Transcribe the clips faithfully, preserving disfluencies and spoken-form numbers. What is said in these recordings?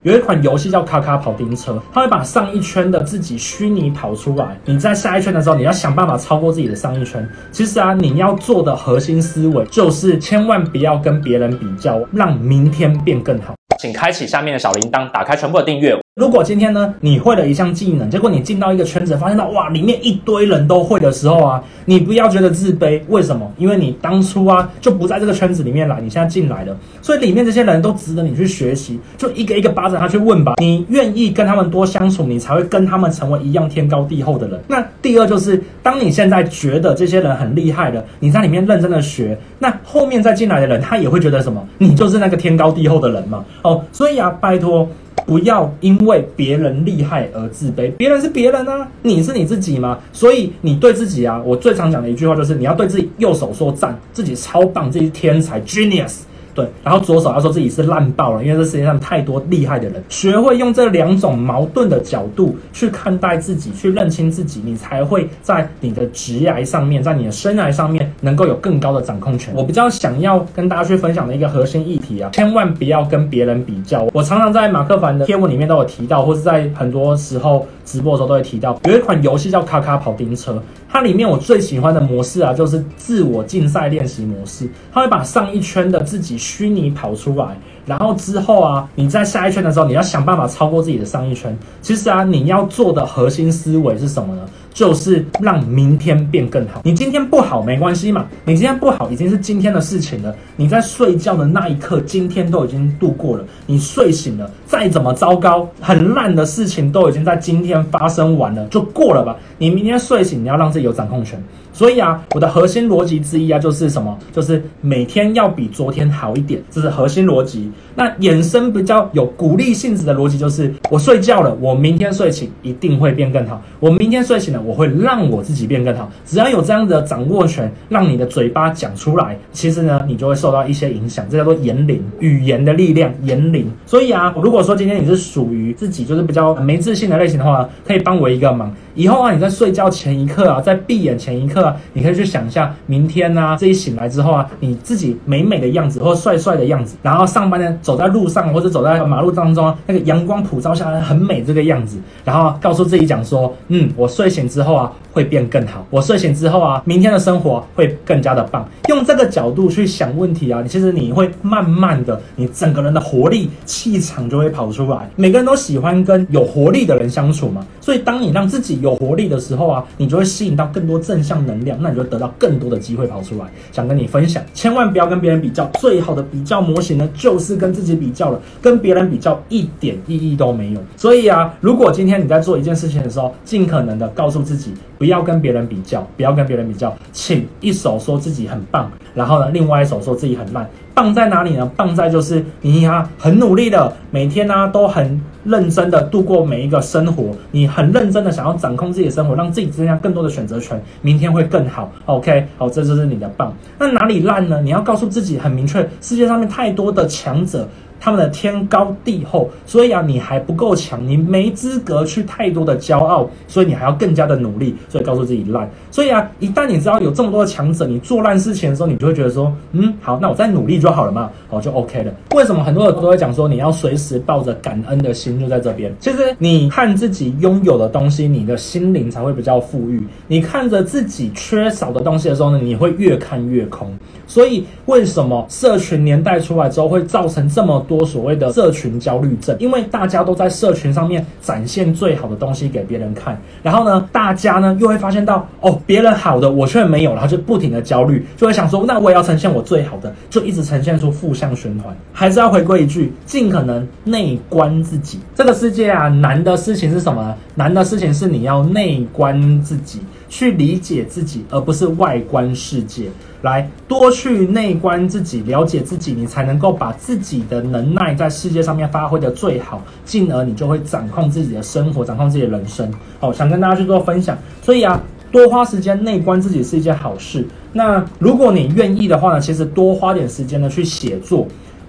有一款游戏叫卡卡跑丁车，它会把上一圈的自己虚拟跑出来，你在下一圈的时候，你要想办法超过自己的上一圈。其实啊，你要做的核心思维就是千万不要跟别人比较，让明天变更好。 请开启下面的小铃铛，打开全部的订阅。 如果今天呢，你会了一项技能，结果你进到一个圈子，发现到哇，里面一堆人都会的时候啊，你不要觉得自卑。为什么？因为你当初啊就不在这个圈子里面来，你现在进来了，所以里面这些人都值得你去学习，就一个一个巴掌他去问吧。你愿意跟他们多相处，你才会跟他们成为一样天高地厚的人。那第二就是，当你现在觉得这些人很厉害了，你在里面认真的学，那后面再进来的人，他也会觉得什么？你就是那个天高地厚的人嘛。哦，所以啊，拜托。不要因为别人厉害而自卑，别人是别人啊，你是你自己嘛。所以你对自己啊，我最常讲的一句话就是，你要对自己右手说赞，自己超棒，自己是天才 genius。对，然后左手要说自己是烂爆了，因为这世界上太多厉害的人。学会用这两种矛盾的角度去看待自己，去认清自己，你才会在你的职涯上面，在你的生涯上面能够有更高的掌控权。我比较想要跟大家去分享的一个核心议题啊，千万不要跟别人比较。我常常在马克凡的贴文里面都有提到，或是在很多时候直播的时候都会提到，有一款游戏叫卡卡跑丁车，它里面我最喜欢的模式啊，就是自我竞赛练习模式。它会把上一圈的自己虚拟跑出来，然后之后啊，你在下一圈的时候，你要想办法超过自己的上一圈。其实啊，你要做的核心思维是什么呢？就是让明天变更好。你今天不好没关系嘛，你今天不好已经是今天的事情了。你在睡觉的那一刻，今天都已经度过了。你睡醒了，再怎么糟糕、很烂的事情都已经在今天发生完了，就过了吧。你明天睡醒，你要让自己有掌控权。所以啊，我的核心逻辑之一啊，就是什么？就是每天要比昨天好一点，这是核心逻辑。那衍生比较有鼓励性质的逻辑就是，我睡觉了，我明天睡醒一定会变更好。我明天睡醒了，我会让我自己变更好。只要有这样的掌握权，让你的嘴巴讲出来，其实呢，你就会受到一些影响。这叫做言灵，语言的力量，言灵。所以啊，如果说今天你是属于自己就是比较没自信的类型的话，可以帮我一个忙。以后啊，你在睡觉前一刻啊，在闭眼前一刻啊，你可以去想一下，明天啊，这一醒来之后啊，你自己美美的样子或帅帅的样子，然后上班呢，走在路上或者走在马路当中，那个阳光普照下来很美这个样子，然后告诉自己讲说，嗯，我睡醒之后啊，会变更好。我睡醒之后啊，明天的生活会更加的棒。用这个角度去想问题啊，你其实你会慢慢的，你整个人的活力、气场就会跑出来。每个人都喜欢跟有活力的人相处嘛，所以当你让自己有活力的时候啊，你就会吸引到更多正向能量，那你就得到更多的机会跑出来。想跟你分享，千万不要跟别人比较，最好的比较模型呢，就是跟自己比较了，跟别人比较一点意义都没有。所以啊，如果今天你在做一件事情的时候，尽可能的告诉自己，不要跟别人比较，不要跟别人比较，请一手说自己很棒，然后呢，另外一手说自己很烂。棒在哪里呢？棒在就是你啊，很努力的，每天呢、啊、都很认真的度过每一个生活，你很认真的想要掌控自己的生活，让自己增加更多的选择权，明天会更好。OK， 好，这就是你的棒。那哪里烂呢？你要告诉自己很明确，世界上面太多的强者。他们的天高地厚，所以啊，你还不够强，你没资格去太多的骄傲，所以你还要更加的努力，所以告诉自己烂。所以啊，一旦你知道有这么多的强者，你做烂事情的时候，你就会觉得说，嗯，好，那我再努力就好了嘛，好就 OK 了。为什么很多人都会讲说，你要随时抱着感恩的心，就在这边。其实你看自己拥有的东西，你的心灵才会比较富裕。你看着自己缺少的东西的时候呢，你会越看越空。所以为什么社群年代出来之后会造成这么多所谓的社群焦虑症？因为大家都在社群上面展现最好的东西给别人看，然后呢，大家呢又会发现到哦，别人好的我却没有，然后就不停的焦虑，就会想说，那我也要呈现我最好的，就一直呈现出负向循环。还是要回归一句，尽可能内观自己。这个世界啊，难的事情是什么呢？难的事情是你要内观自己，去理解自己，而不是外观世界。来，多去内观自己，了解自己，你才能够把自己的能耐在世界上面发挥的最好，进而你就会掌控自己的生活，掌控自己的人生。好，想跟大家去做分享。所以啊，多花时间内观自己是一件好事。那如果你愿意的话呢，其实多花点时间呢去写作。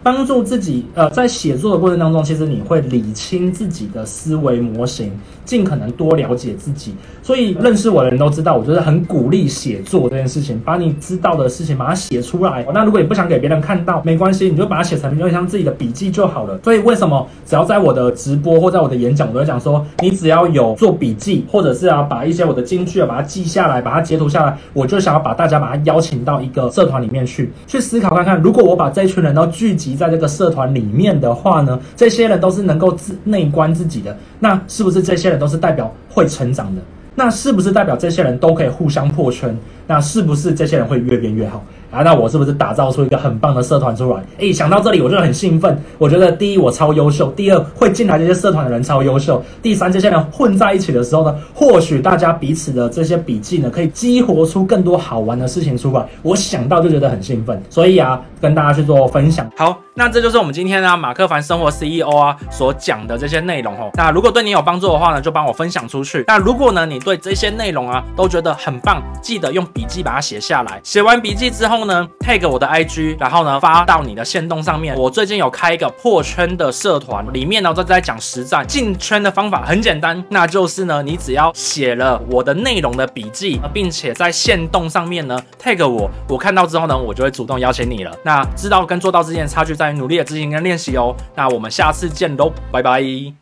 帮助自己呃在写作的过程当中，其实你会理清自己的思维模型，尽可能多了解自己。所以认识我的人都知道，我就是很鼓励写作这件事情，把你知道的事情把它写出来。那如果你不想给别人看到，没关系，你就把它写成有点像自己的笔记就好了。所以为什么只要在我的直播或在我的演讲，我都会讲说，你只要有做笔记，或者是啊把一些我的金句啊把它记下来，把它截图下来，我就想要把大家把它邀请到一个社团里面去，去思考看看，如果我把这一群人都聚集在这个社团里面的话呢，这些人都是能够自内观自己的，那是不是这些人都是代表会成长的？那是不是代表这些人都可以互相破圈？那是不是这些人会越变越好？啊，那我是不是打造出一个很棒的社团出来？诶，想到这里我就很兴奋。我觉得第一我超优秀，第二会进来这些社团的人超优秀，第三这些人混在一起的时候呢，或许大家彼此的这些笔记呢，可以激活出更多好玩的事情出来。我想到就觉得很兴奋，所以啊，跟大家去做分享。 好，那这就是我们今天呢马克凡生活 C E O 啊所讲的这些内容哦。那如果对你有帮助的话呢，就帮我分享出去。那如果呢你对这些内容啊都觉得很棒，记得用笔记把它写下来。写完笔记之后呢 ，tag 我的 I G， 然后呢发到你的限动上面。我最近有开一个破圈的社团，里面呢都在讲实战进圈的方法，很简单，那就是呢你只要写了我的内容的笔记，并且在限动上面呢 tag 我，我看到之后呢，我就会主动邀请你了。那知道跟做到之间的差距在于努力的执行跟练习哦。那我们下次见喽，拜拜。